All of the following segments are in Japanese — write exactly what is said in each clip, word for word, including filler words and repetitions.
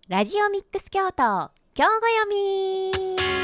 ラジオミックス京都今日ご読み。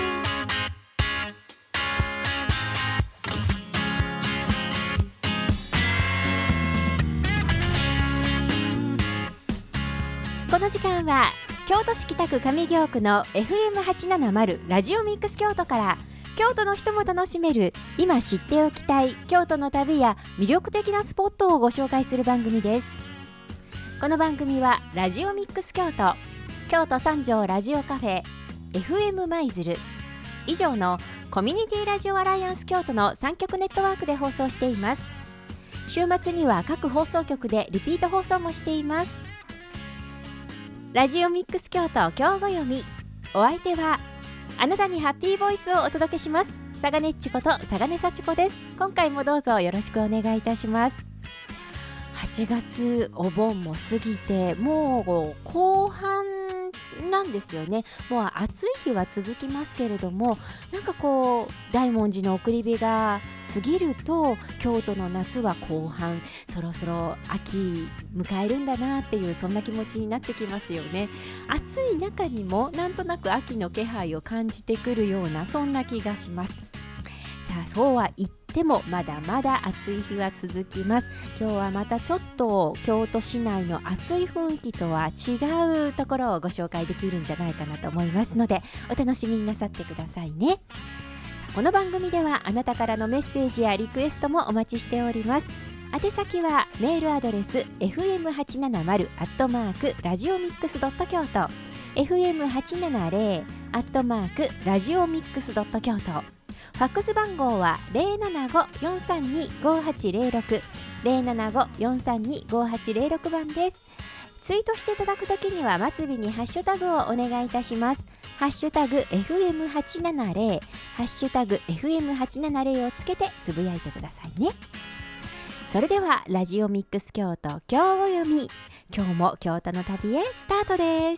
この時間は京都市北区上京区の エフエムはちななまる ラジオミックス京都から京都の人も楽しめる今知っておきたい京都の旅や魅力的なスポットをご紹介する番組です。この番組はラジオミックス京都、京都三条ラジオカフェ、 エフエム 舞鶴以上のコミュニティラジオアライアンス京都のさん局ネットワークで放送しています。週末には各放送局でリピート放送もしています。ラジオミックス京都今日ご読み、お相手はあなたにハッピーボイスをお届けしますさがねっちことさがねさちこです。今回もどうぞよろしくお願いいたします。はちがつお盆も過ぎてもう後半なんですよね。もう暑い日は続きますけれども、なんかこう大文字の送り火が過ぎると京都の夏は後半、そろそろ秋迎えるんだなっていう、そんな気持ちになってきますよね。暑い中にもなんとなく秋の気配を感じてくるような、そんな気がします。さあ、そうは言ってもまだまだ暑い日は続きます。今日はまたちょっと京都市内の暑い雰囲気とは違うところをご紹介できるんじゃないかなと思いますので、お楽しみになさってくださいね。この番組ではあなたからのメッセージやリクエストもお待ちしております。宛先はメールアドレス エフエムはちななまる アットマーク ラジオミックス ドット 京都 エフエムはちななゼロ アットマーク ラジオミックス ドット 京都。ファックス番号は ゼロななご よんさんに ごはちゼロろく ゼロななご よんさんに ごはちゼロろく 番です。ツイートしていただくときには末尾にハッシュタグをお願いいたします。ハッシュタグ エフエムはちななゼロ ハッシュタグ エフエムはちななゼロ をつけてつぶやいてくださいね。それではラジオミックス京都今日ご読み、今日も京都の旅へスタートです。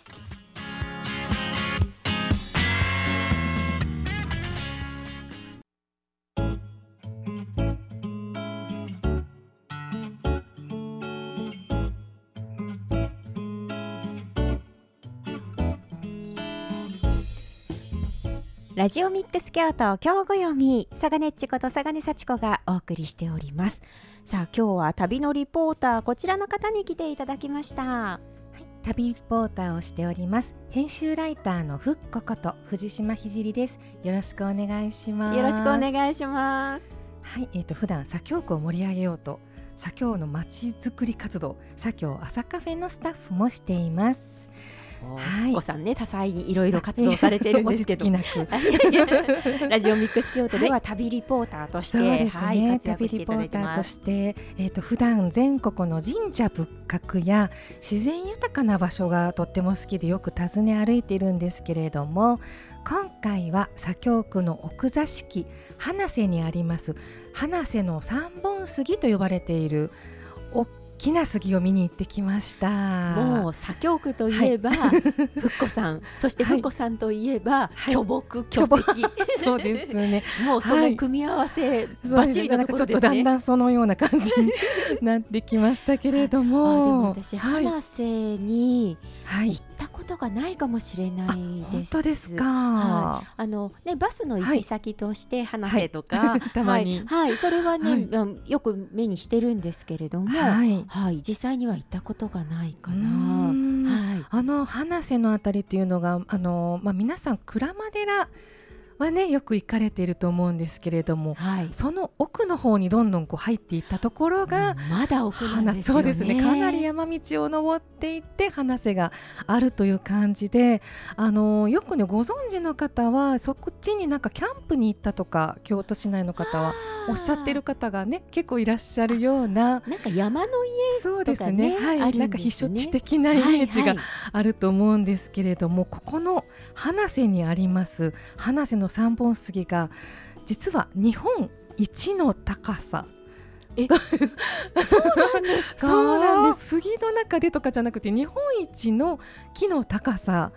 ラジオミックス京都今日ご読み、さがねっちことさがねさちこがお送りしております。さあ、今日は旅のリポーター、こちらの方に来ていただきました。 はい、旅リポーターをしております編集ライターのふっここと藤島ひじりです。よろしくお願いします。 よろしくお願いします。 はい、えーと普段左京区を盛り上げようと左京のまちづくり活動、左京朝カフェのスタッフもしています。 はい、お子さんね、多彩にいろいろ活動されてるんですけど落ち着きなくラジオミックス京都では旅リポーターとして、 そうですね、 はい、活躍旅リポしていただいてーターとます。 して、えーと普段全国の神社仏閣や自然豊かな場所がとっても好きでよく訪ね歩いているんですけれども、今回は左京区の奥座敷花瀬にあります花瀬の三本杉と呼ばれている大きな杉を見に行ってきました。 もう左京区といえば、はい、ふっこさん、そしてふっこさんといえば、はい、巨木巨石そうですねもうその組み合わせ、はい、バッチリなところですね。なんかちょっとだんだんそのような感じになってきましたけれどもあでも私、はい、花瀬に行ったことがないかもしれないです。 本当ですか。 はい、あのね、バスの行き先として花瀬とか、 はい、たまに、 はいはい、それはね、はい、よく目にしてるんですけれども、はいはい、実際には行ったことがないかな。はい、 あの花瀬のあたりというのがあの、まあ、皆さん鞍馬寺はねよく行かれていると思うんですけれども、はい、その奥の方にどんどんこう入っていったところが、 うん、まだ奥なんですよね。 そうですね、かなり山道を登っていって花瀬があるという感じで、あのよくねご存知の方はそっちになんかキャンプに行ったとか京都市内の方はおっしゃってる方がね結構いらっしゃるような、 なんか山の家とかね、 そうですね、はい、あるんですね。なんか避暑地的なイメージがあると思うんですけれども、はいはい、ここの花瀬にあります花瀬の三本杉が実は日本一の高さ。 えそうなんですか。 そうなんです。杉の中でとかじゃなくて日本一の木の高さと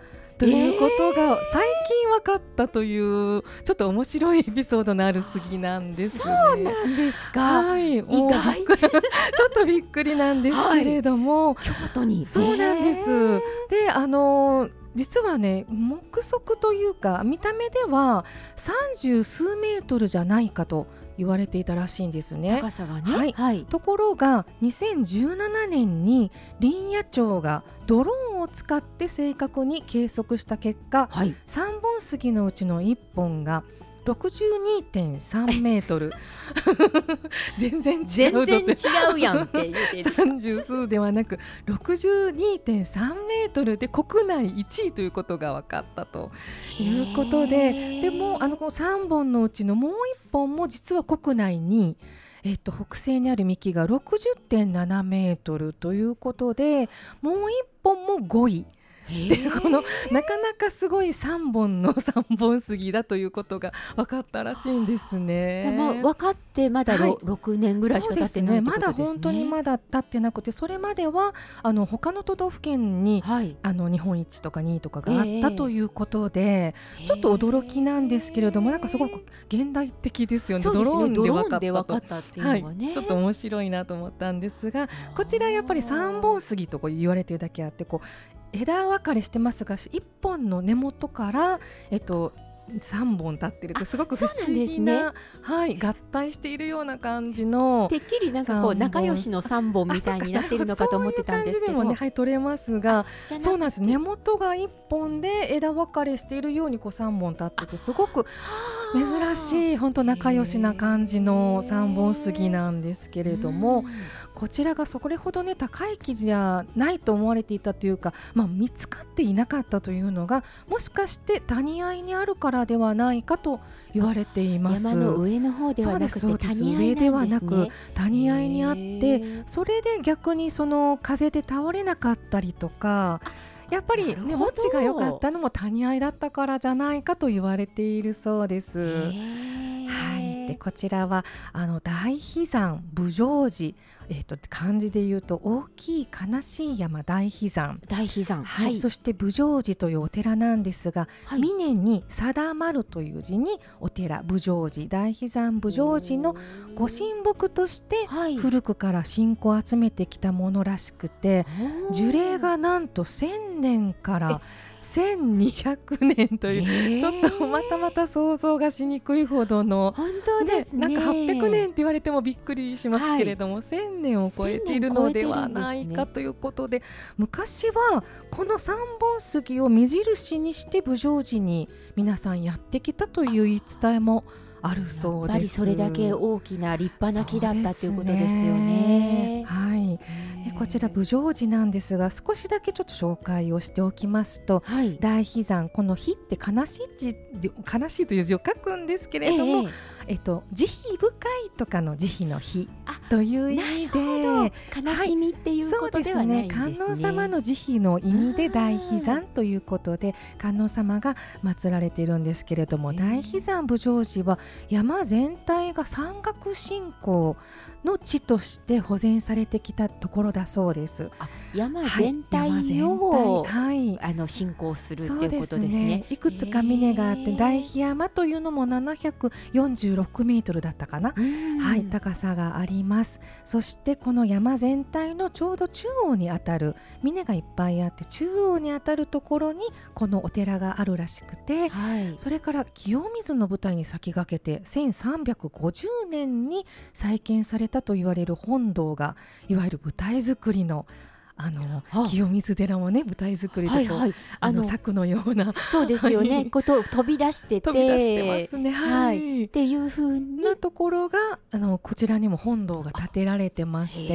ということが最近分かったというちょっと面白いエピソードのある杉なんですね。 そうなんですか。 はい、 意外ちょっとびっくりなんですけれども、 はい、京都にそうなんです。で、あの実はね、目測というか見た目では三十数メートルじゃないかと言われていたらしいんですね。 高さがね、 はいはい、ところがにせんじゅうななねんに林野庁がドローンを使って正確に計測した結果、はい、さんぼん杉のうちのいっぽんが ろくじゅうにてんさんメートル全然違う全然違うやんって言ってるさんじゅう数ではなく ろくじゅうにてんさんメートルで国内いちいということが分かったということで、でもあのさんぼんのうちのもういっぽんも実は国内にえっと、北西にある幹が ろくじゅってんななメートルということで、もういっぽんもごいで、このなかなかすごいさんぼんのさんぼん杉だということが分かったらしいんですね。 でも分かってまだ、はい、ろくねんぐらいしか経ってないってことですね。 まだ本当にまだ経ってなくて、それまではあの他の都道府県に、はい、あの日本一とかにいとかがあったということで、ちょっと驚きなんですけれども、なんかすごく現代的ですよね。 そうですね、 ドローンで分かったと、 ドローンで分かったっていうのはね、 はい、ちょっと面白いなと思ったんですが、こちらやっぱりさんぼん杉とこう言われてるだけあって、こう枝分かれしてますが、いっぽんの根元から、えっと、さんぼん立ってるとすごく不思議 な, な、ね、はい、合体しているような感じの、 てっきりなんかこう仲良しのさんぼんみたいになっているのかと思ってたんですけど、 そういう感じでもね、はい、取れますが、そうなんです。根元がいっぽんで枝分かれしているようにこうさんぼん立ってて、すごく珍しい本当仲良しな感じのさんぼん杉なんですけれども、こちらがそれほどね高い木じゃないと思われていたというか、まあ、見つかっていなかったというのが、もしかして谷合にあるからではないかと言われています。 山の上の方ではなくて谷合なんですね。 上ではなく谷合にあって、それで逆にその風で倒れなかったりとか、やっぱりね、持ちが良かったのも谷合だったからじゃないかと言われているそうです。はい、でこちらはあの大飛山武成寺、えー、と漢字で言うと大きい悲しい山大飛山、 大飛山、 はいはい、そして武成寺というお寺なんですが、はい、峰に定まるという字にお寺武成寺、大飛山武成寺のご神木として古くから信仰を集めてきたものらしくて、樹齢がなんとせんねんからせんにひゃくねんという、ちょっとまたまた想像がしにくいほどの、 本当ですね、 なんかはっぴゃくねんって言われてもびっくりしますけれども、はい、せんねんを超えているのではないかということで、昔はこのさんぼん杉を目印にして武成寺に皆さんやってきたという言い伝えもあるそうです。 やっぱりそれだけ大きな立派な木だったということですよね。 はい、でこちら武成寺なんですが、少しだけちょっと紹介をしておきますと、はい、大飛山、この「ひ」って悲しい字、悲しいという字を書くんですけれども、えええっと、慈悲深いとかの慈悲の日という意味で、 悲しみっていうことではないんですね。 そうですね、観音様の慈悲の意味で大飛山ということで観音様が祀られているんですけれども、大飛山武成寺は山全体が山岳信仰の地として保全されてきたところだそうです。 あ、山全体を、はい、あの信仰するっていうことですね。ですね、 いくつか峰があって、大飛山というのもななひゃくよんじゅうろくメートルだったかな、はい、高さがあります。そしてこの山全体のちょうど中央にあたる、峰がいっぱいあって中央にあたるところにこのお寺があるらしくて、はい、それから清水の舞台に先駆けてせんさんびゃくごじゅうねんに再建されたと言われる本堂が、いわゆる舞台作りのあの清水寺もね、舞台作りでこう、はいはい、あの柵のような、 そうですよね、こと飛び出してて飛び出してますね、はい、 はい、っていう風なところがあのこちらにも本堂が建てられてまして、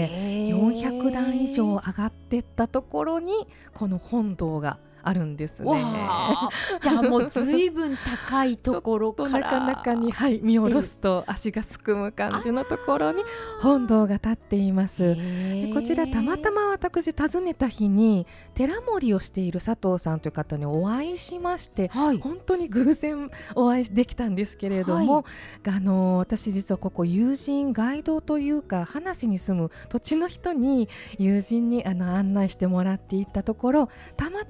よんひゃくだん以上上がっていったところにこの本堂があるんですね。 じゃあもうずいぶん高いところからなかなかに、はい、見下ろすと足がすくむ感じのところに本堂が建っています。でこちらたまたま私訪ねた日に寺守をしている佐藤さんという方にお会いしまして、はい、本当に偶然お会いできたんですけれども、はい、あの私実はここ友人ガイドというか花瀬に住む土地の人に友人にあの案内してもらっていったところ、たまたま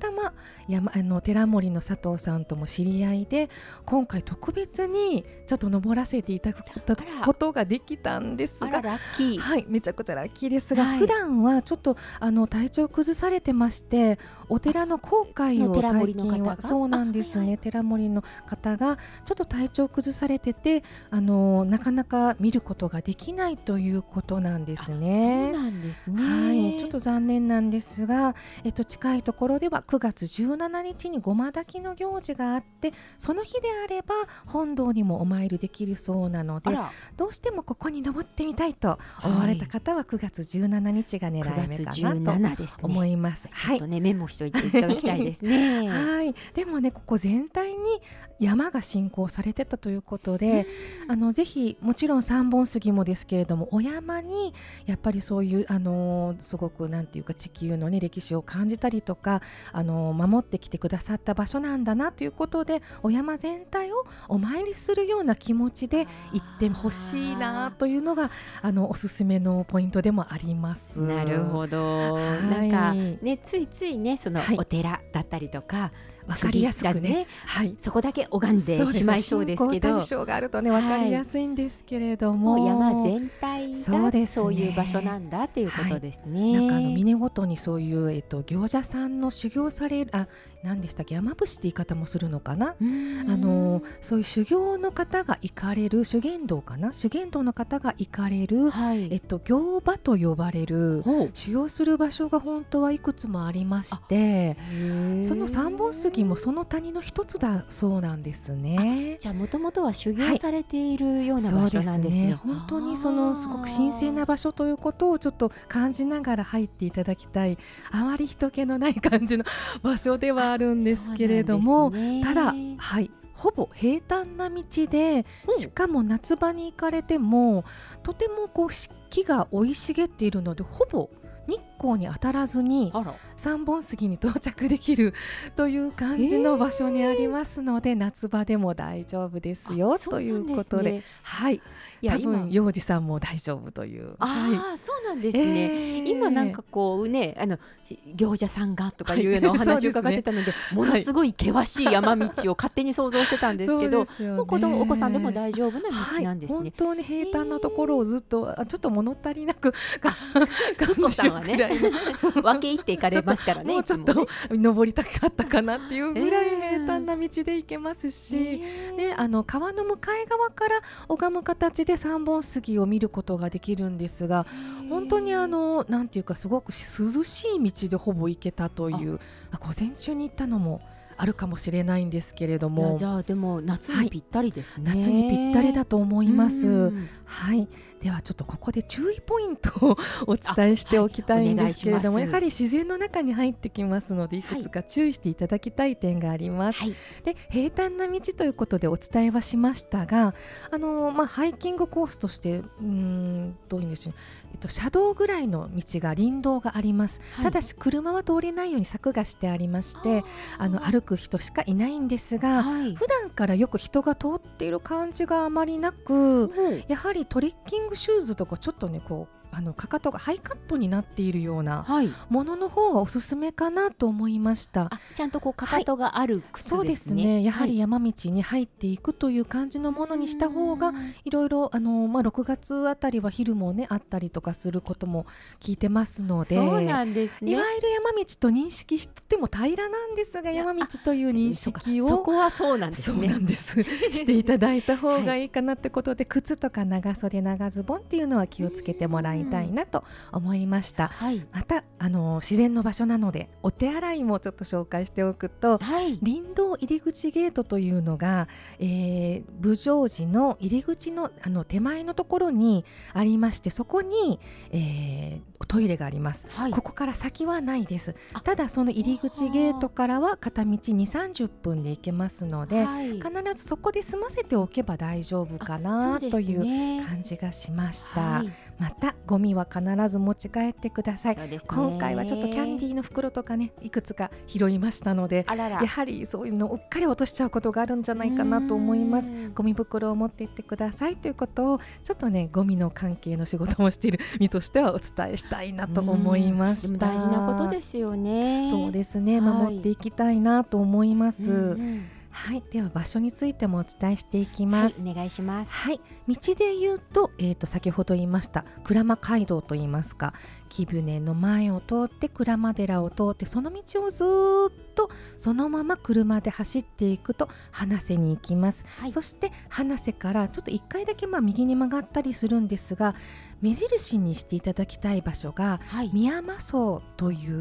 山あの寺森の佐藤さんとも知り合いで、今回特別にちょっと登らせていただくことができたんですが、 あらラッキー、 はい、めちゃくちゃラッキーですが、 はい、 普段はちょっとあの体調崩されてまして、お寺の航海を最近はそうなんですね、はいはい、寺森の方がちょっと体調崩されてて、あのなかなか見ることができないということなんですね。 そうなんですね、 はい、ちょっと残念なんですが、えっと、近いところではくがつじゅうしちにちにごま炊きの行事があって、その日であれば本堂にもお参りできるそうなので、どうしてもここに登ってみたいと思われた方はくがつじゅうしちにちが狙い目かなと思います。 ちょっとねメモしておいていただきたいですねはい、でもねここ全体に山が信仰されてたということで、あのぜひもちろん三本杉もですけれども、お山にやっぱりそういうあのすごくなんていうか地球のね歴史を感じたりとか、あの守ってきてくださった場所なんだなということで、お山全体をお参りするような気持ちで行ってほしいなというのがあのおすすめのポイントでもあります。 なるほど、はい、なんかねついついねそのお寺だったりとか、はい、 分かりやすくね、はい、 そこだけ拝んでしまいそうですけど、 信仰対象があるとね分かりやすいんですけれども、 はい、もう山全体がそうです、ね、そういう場所なんだということですね、 はい、なんかあの峰ごとにそういう、えっと、行者さんの修行される、あ、何でしたっけ、山伏って言い方もするのかな、あのそういう修行の方が行かれる修験道かな、修験道の方が行かれる、はい、えっと、行場と呼ばれる修行する場所が本当はいくつもありまして、その三本杉もその谷の一つだそうなんですね。 じゃあもともとは修行されているような場所なんですね。 そうですね、本当にそのすごく神聖な場所ということをちょっと感じながら入っていただきたい、あまり人気のない感じの場所ではあるんですけれども、ね、ただ、はい、ほぼ平坦な道で、しかも夏場に行かれてもとてもこう木が生い茂っているので、ほぼ日光に当たらずに三本杉に到着できるという感じの場所にありますので、夏場でも大丈夫ですよということで、はい、いや多分幼児さんも大丈夫という。 あ、はい、そうなんですね、えー、今なんかこうね、あの行者さんがとかいうようなお話を伺ってたので、はい、ものすごい険しい山道を勝手に想像してたんですけど、はい、もう子供お子さんでも大丈夫な道なんですね、はい、 本当に平坦なところをずっと、えー、ちょっと物足りなく感じるぐらいの分け入っていかれますからね、 もうちょっと登りたかったかなっていうぐらい平坦な道で行けますし、えー、であの川の向かい側から拝む形で三本杉を見ることができるんですが、本当にあのなんていうかすごく涼しい道でほぼ行けたという、あ、午前中に行ったのもあるかもしれないんですけれども、 じゃあでも夏にぴったりですね、 はい、夏にぴったりだと思います。はい、ではちょっとここで注意ポイントをお伝えしておきたいんですけれども、はい、やはり自然の中に入ってきますので、いくつか注意していただきたい点があります、はい、で平坦な道ということでお伝えはしましたが、あの、まあ、ハイキングコースとしてうーんどういうんでしょう、えっと、車道ぐらいの道が林道があります、はい、ただし車は通れないように柵がしてありまして、あの歩く人しかいないんですが、はい、普段からよく人が通っている感じがあまりなく、うん、やはりトレッキングシューズとかちょっとねこうあのかかとがハイカットになっているようなものの方がおすすめかなと思いました、はい、 あ、ちゃんとこうかかとがある靴ですね、はい、そうですね、やはり山道に入っていくという感じのものにした方が、いろいろあの、まあ、ろくがつあたりは昼もねあったりとかすることも聞いてますので、 そうなんですね、 いわゆる山道と認識しても平らなんですが、山道という認識をそ, そこはそうなんですね、 そうなんですしていただいた方がいいかなってことで、はい、靴とか長袖長ズボンっていうのは気をつけてもらいたいなと思いました、はい、またあの自然の場所なのでお手洗いもちょっと紹介しておくと、はい、林道入り口ゲートというのが、えー、武成寺の入り口 の, あの手前のところにありまして、そこに、えー、トイレがあります、はい、ここから先はないです。ただその入り口ゲートからは片道にじゅう、さんじゅっぷんで行けますので、はい、必ずそこで済ませておけば大丈夫かなという感じがしました、はい、またゴミは必ず持ち帰ってください。 そうですね、 今回はちょっとキャンディーの袋とかねいくつか拾いましたので、 あらら、 やはりそういうのをうっかり落としちゃうことがあるんじゃないかなと思います。ゴミ袋を持って行ってくださいということをちょっとねゴミの関係の仕事もしている身としてはお伝えしたいなと思いました。 でも大事なことですよね。 そうですね、守っていきたいなと思います、 うんうん、 はい、では場所についてもお伝えしていきます。 はい、お願いします。 はい、道で言うと、えーと先ほど言いました鞍馬街道といいますか、貴船の前を通って鞍馬寺を通ってその道をずーっとそのまま車で走っていくと花瀬に行きます、はい、そして花瀬からちょっといっかいだけまあ右に曲がったりするんですが、目印にしていただきたい場所が、はい、宮間荘という、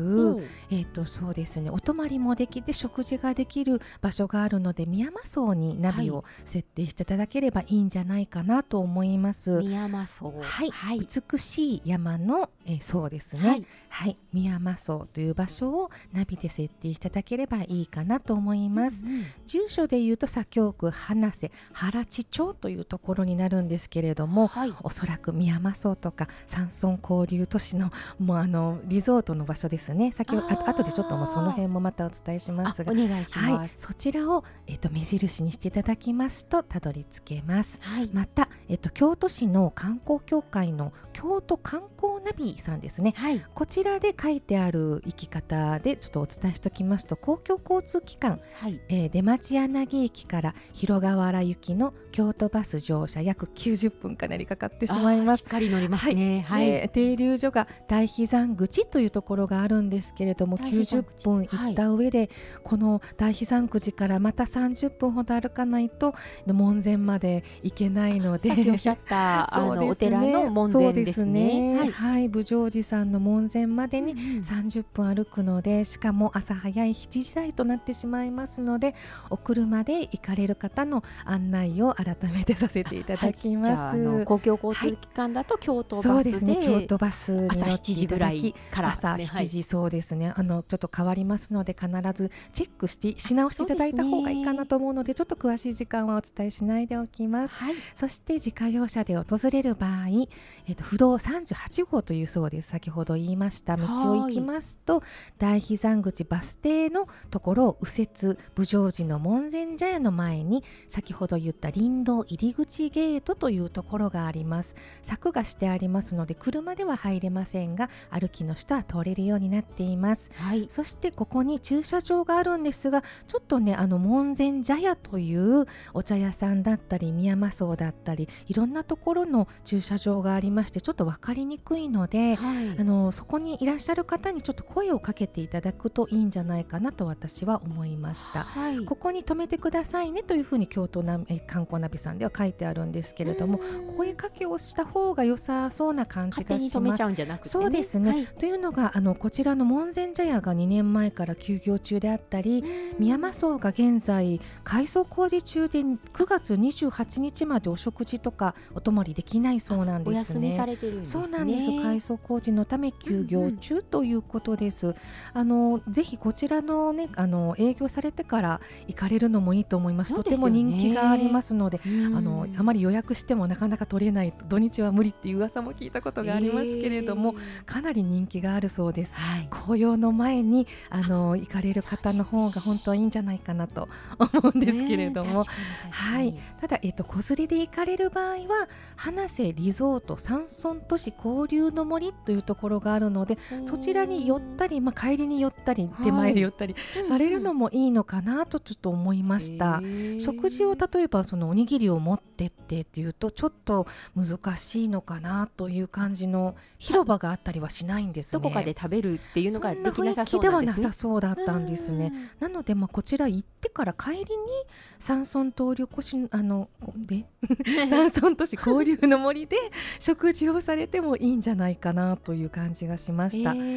えーとそうですね、お泊まりもできて食事ができる場所があるので、宮間荘にナビを設定していただければいいんじゃないかなと思います。 宮間荘、 はい、はい、美しい山の、えー、荘ですね、はい、はい、宮間荘という場所をナビで設定いただければいいかなと思います、うんうん、住所でいうと左京区花瀬原地町というところになるんですけれども、はい、おそらく宮間荘とか山村交流都市のもうあのリゾートの場所ですね。先ほどあ後でちょっともうその辺もまたお伝えしますが、 お願いします、 はい、そちらを、えっと、目印にしていただきますとたどり着けます、はい、また、えっと、京都市の観光協会の京都観光ナビさんですね、はい、こちらで書いてある行き方でちょっとお伝えしておきますと、公共交通機関、はい、えー、出町柳駅から広河原行きの京都バス乗車約きゅうじゅっぷんかなりかかってしまいます。 しっかり乗りますね、はい、 はい、えー、停留所が大飛山口というところがあるんですけれども、きゅうじゅっぷん行った上で、はい、この大飛山口からまたさんじゅっぷんほど歩かないと門前まで行けないので、 さっきおっしゃったあのお寺の門前ですね、 はいはい、武成寺さんの門前までにさんじゅっぷん歩くので、しかも朝早いしちじ台となってしまいますので、お車で行かれる方の案内を改めてさせていただきます、はい、じゃあ、あの公共交通機関だと京都バスで、 そうですね、京都バスに乗っていただき、 朝しちじぐらいから朝しちじ、はい、そうですね、あのちょっと変わりますので必ずチェックしてし直していただいた方がいいかなと思うので、ちょっと詳しい時間はお伝えしないでおきます、はい、そして自家用車で訪れる場合、えっと、不動さんじゅうはち号というそうです。先ほど言いました道を行きますと、大飛山口バス停のところを右折、武成寺の門前茶屋の前に先ほど言った林道入り口ゲートというところがあります。柵がしてありますので車では入れませんが、歩きの人は通れるようになっています、はい、そしてここに駐車場があるんですが、ちょっとね、あの門前茶屋というお茶屋さんだったり宮間荘だったりいろんなところの駐車場がありまして、ちょっと分かりにくいので、はい、あのそこにいらっしゃる方にちょっと声をかけていただくといいんじゃないかなと私は思いました、はい、ここに止めてくださいねというふうに京都なえ観光ナビさんでは書いてあるんですけれども、声かけをした方が良さそうな感じがします。勝手に止めちゃうんじゃなくてね。そうですね、はい、というのがあのこちらの門前茶屋がにねんまえから休業中であったり、宮間荘が現在改装工事中でくがつにじゅうはちにちまでお食事とかお泊まりできないそうなんですね。お休みされてるんですね。そうなんです。改装工事のため休業中ということです、うんうん、あのぜひこちらのね、あの営業されてから行かれるのもいいと思います。とても人気がありますので、あのあまり予約してもなかなか取れない、土日は無理っていう噂も聞いたことがありますけれども、かなり人気があるそうです、はい、紅葉の前にあの行かれる方の方が本当はいいんじゃないかなと思うんですけれども、はい、ただ、えっと、子連れで行かれる場合は花瀬リゾート山村都市交流の森というところがあるので、そちらに寄ったり、まあ、帰りに寄ったり手前で寄ったりされるのもいいのかなとちょっと思いました、うんうん、食事を例えばそのおにぎりを持ってってっていうとちょっと難しいのかなという感じの広場があったりはしないんですね。 どこかで食べるっていうのができなさそうなんですね。そんな雰囲気ではなさそうだったんですね。なので、まあ、こちら行ってから帰りに山村東流都市あので山村都市交流の森で食事をされてもいいんじゃないかなという感じがしました、はい、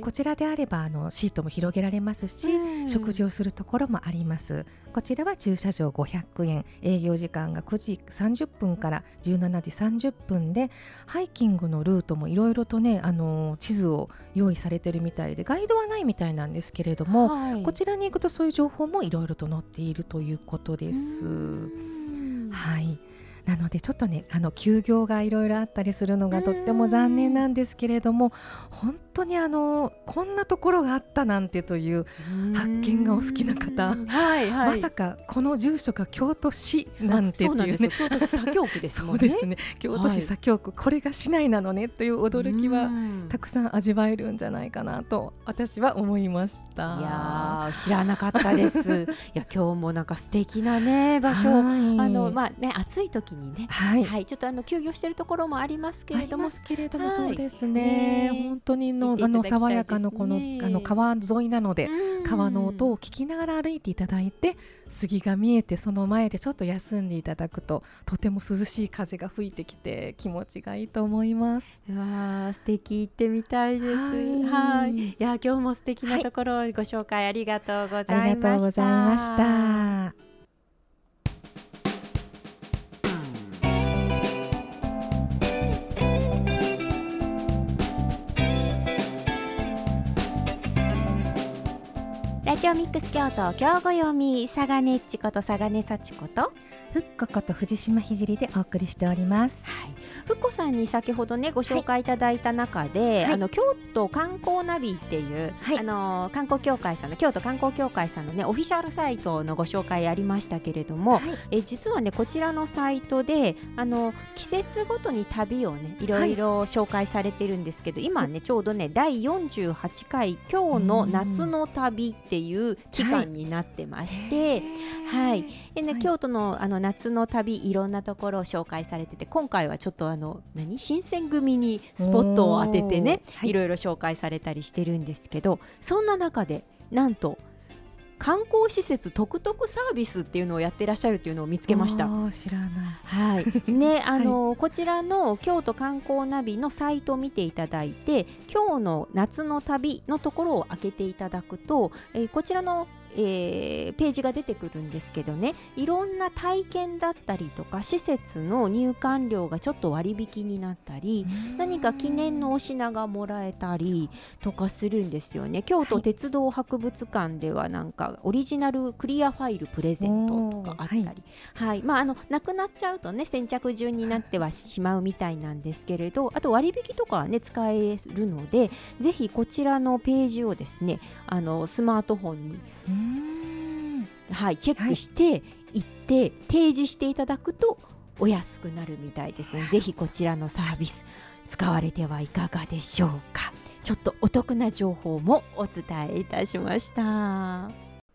こちらであればあのシートも広げられますし、食事をするところもあります。こちらは駐車場ごひゃくえん、営業時間がくじさんじゅっぷんからじゅうしちじさんじゅっぷんで、ハイキングのルートもいろいろとね、あの地図を用意されてるみたいで、ガイドはないみたいなんですけれども、はい、こちらに行くとそういう情報もいろいろと載っているということです。はい、 なのでちょっとねあの休業がいろいろあったりするのがとっても残念なんですけれども、本当にあのこんなところがあったなんてという発見がお好きな方、 はいはい、 まさかこの住所が京都市なんてっていうね。そうなんですよ、 京都市左京区ですもんね。 そうですね、京都市左京区、はい、これが市内なのねという驚きはたくさん味わえるんじゃないかなと私は思いました。 いや知らなかったですいや今日もなんか素敵なね場所、あのまあね暑い時にね、はいはい、ちょっとあの休業してるところもありますけれども、 ありますけれども、はい、そうですね、ね本当にのあの爽やかのこのあの川沿いなので、川の音を聞きながら歩いていただいて、杉が見えてその前でちょっと休んでいただくととても涼しい風が吹いてきて気持ちがいいと思います。 わ素敵、行ってみたいです。はい、はい、いや今日も素敵なところをご紹介ありがとうございました。 ありがとうございました。 ラジオミックス京都今日ご読み、佐賀ねっちこと佐賀根幸子とふっここと藤島ひじりでお送りしております。 はい、ふっこさんに先ほどねご紹介いただいた中で、はい、あの京都観光ナビっていう、はい、あの観光協会さんの京都観光協会さんのねオフィシャルサイトのご紹介ありましたけれども、はい、え実はねこちらのサイトであの季節ごとに旅をねいろいろ紹介されてるんですけど、はい、今ねちょうどねだいよんじゅうはちかい今日の夏の旅っていう期間になってまして、はい、はいでね、はい、京都のあの夏の旅いろんなところを紹介されてて、今回はちょっとあの何新選組にスポットを当ててね、はい、いろいろ紹介されたりしてるんですけど、そんな中でなんと観光施設トクトクサービスっていうのをやってらっしゃるっていうのを見つけました。 知らない、 はいねあのはい、 こちらの京都観光ナビのサイトを見ていただいて、今日の夏の旅のところを開けていただくと、えー、こちらのえー、ページが出てくるんですけどね、いろんな体験だったりとか施設の入館料がちょっと割引になったり、何か記念のお品がもらえたりとかするんですよね。京都鉄道博物館ではなんかオリジナルクリアファイルプレゼントとかあったり、はいはいまあ、あのなくなっちゃうとね先着順になってはしまうみたいなんですけれど、あと割引とかはね使えるので、ぜひこちらのページをですねあのスマートフォンにうーんはい、チェックして行って提示していただくとお安くなるみたいですね。ぜひこちらのサービス使われてはいかがでしょうか。ちょっとお得な情報もお伝えいたしました。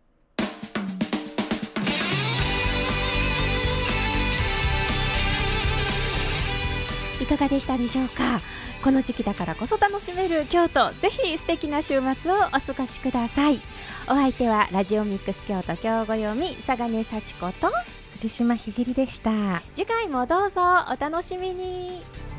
いかがでしたでしょうか。この時期だからこそ楽しめる京都、ぜひ素敵な週末をお過ごしください。お相手はラジオミックス京都今日ご読み、佐賀根幸子と藤島ひじりでした。 次回もどうぞお楽しみに。